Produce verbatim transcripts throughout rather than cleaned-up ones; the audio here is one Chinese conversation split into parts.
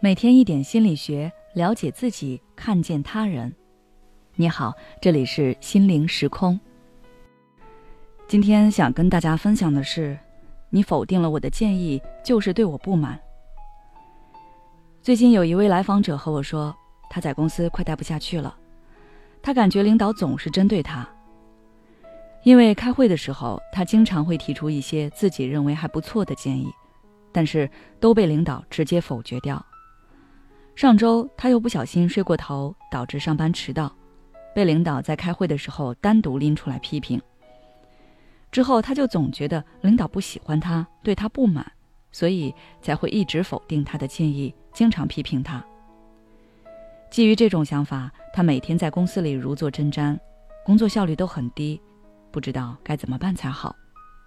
每天一点心理学，了解自己，看见他人。你好，这里是心灵时空。今天想跟大家分享的是，你否定了我的建议，就是对我不满。最近有一位来访者和我说，他在公司快待不下去了，他感觉领导总是针对他。因为开会的时候，他经常会提出一些自己认为还不错的建议，但是都被领导直接否决掉。上周他又不小心睡过头，导致上班迟到，被领导在开会的时候单独拎出来批评。之后他就总觉得领导不喜欢他，对他不满，所以才会一直否定他的建议，经常批评他。基于这种想法，他每天在公司里如坐针毡，工作效率都很低，不知道该怎么办才好。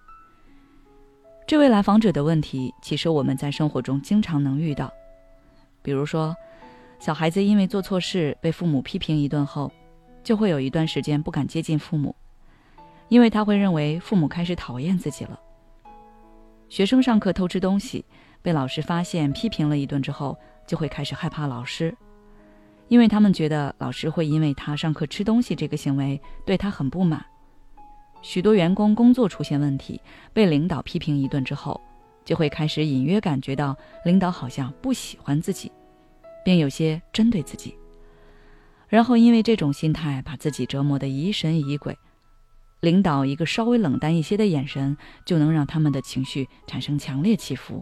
这位来访者的问题，其实我们在生活中经常能遇到。比如说，小孩子因为做错事被父母批评一顿后，就会有一段时间不敢接近父母，因为他会认为父母开始讨厌自己了。学生上课偷吃东西，被老师发现批评了一顿之后，就会开始害怕老师，因为他们觉得老师会因为他上课吃东西这个行为对他很不满。许多员工工作出现问题，被领导批评一顿之后，就会开始隐约感觉到领导好像不喜欢自己，并有些针对自己，然后因为这种心态把自己折磨得疑神疑鬼。领导一个稍微冷淡一些的眼神，就能让他们的情绪产生强烈起伏。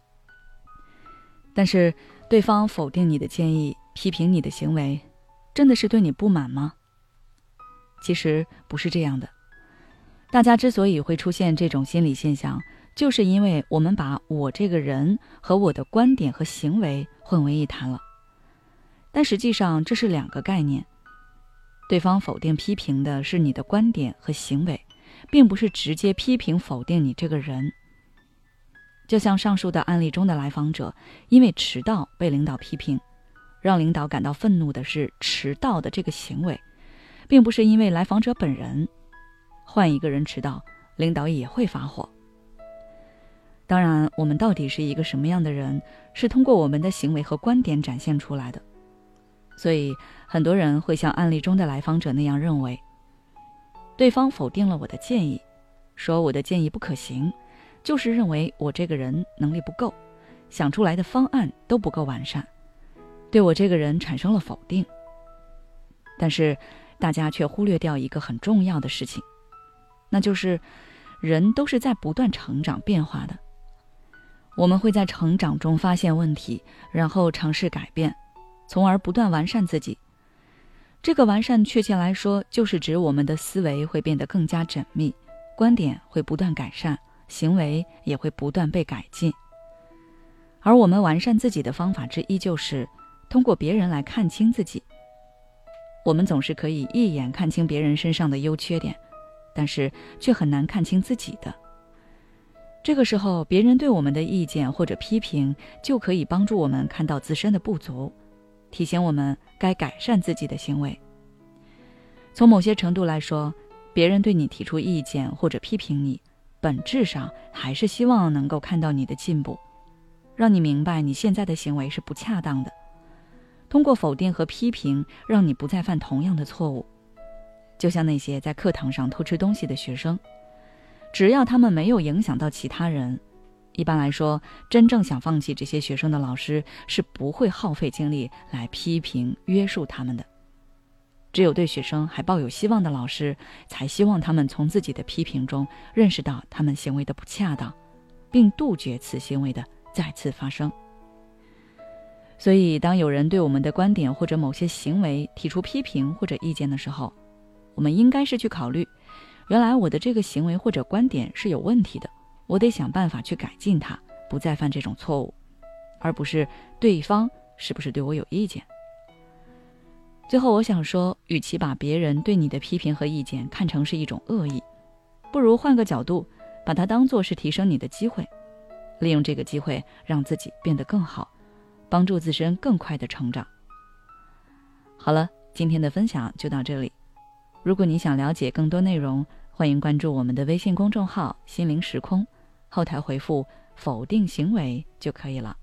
但是对方否定你的建议，批评你的行为，真的是对你不满吗？其实不是这样的。大家之所以会出现这种心理现象，就是因为我们把我这个人和我的观点和行为混为一谈了。但实际上这是两个概念，对方否定批评的是你的观点和行为，并不是直接批评否定你这个人。就像上述的案例中的来访者，因为迟到被领导批评，让领导感到愤怒的是迟到的这个行为，并不是因为来访者本人。换一个人迟到，领导也会发火。当然，我们到底是一个什么样的人，是通过我们的行为和观点展现出来的。所以很多人会像案例中的来访者那样认为，对方否定了我的建议，说我的建议不可行，就是认为我这个人能力不够，想出来的方案都不够完善，对我这个人产生了否定。但是大家却忽略掉一个很重要的事情，那就是人都是在不断成长变化的。我们会在成长中发现问题，然后尝试改变，从而不断完善自己。这个完善确切来说，就是指我们的思维会变得更加缜密，观点会不断改善，行为也会不断被改进。而我们完善自己的方法之一，就是通过别人来看清自己。我们总是可以一眼看清别人身上的优缺点，但是却很难看清自己的。这个时候，别人对我们的意见或者批评，就可以帮助我们看到自身的不足，提醒我们该改善自己的行为。从某些程度来说，别人对你提出意见或者批评你，本质上还是希望能够看到你的进步，让你明白你现在的行为是不恰当的，通过否定和批评，让你不再犯同样的错误。就像那些在课堂上偷吃东西的学生，只要他们没有影响到其他人，一般来说，真正想放弃这些学生的老师是不会耗费精力来批评约束他们的。只有对学生还抱有希望的老师，才希望他们从自己的批评中认识到他们行为的不恰当，并杜绝此行为的再次发生。所以当有人对我们的观点或者某些行为提出批评或者意见的时候，我们应该是去考虑，原来我的这个行为或者观点是有问题的，我得想办法去改进它，不再犯这种错误，而不是对方是不是对我有意见。最后我想说，与其把别人对你的批评和意见看成是一种恶意，不如换个角度，把它当作是提升你的机会，利用这个机会让自己变得更好，帮助自身更快的成长。好了，今天的分享就到这里。如果你想了解更多内容，欢迎关注我们的微信公众号心灵时空，后台回复否定行为就可以了。